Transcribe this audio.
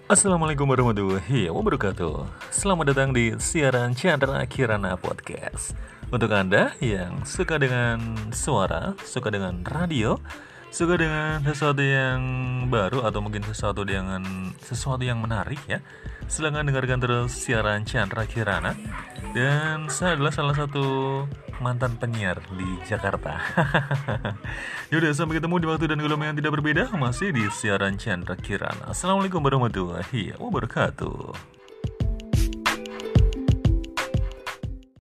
Assalamualaikum warahmatullahi wabarakatuh. Selamat datang di siaran Chandra Kirana Podcast. Untuk Anda yang suka dengan suara, suka dengan radio, suka dengan sesuatu yang baru atau mungkin sesuatu yang menarik ya, silakan dengarkan terus siaran Chandra Kirana. Dan saya adalah salah satu mantan penyiar di Jakarta. Yaudah, sampai ketemu di waktu dan gelombang yang tidak berbeda, masih di siaran Chandra Kirana. Assalamualaikum warahmatullahi wabarakatuh.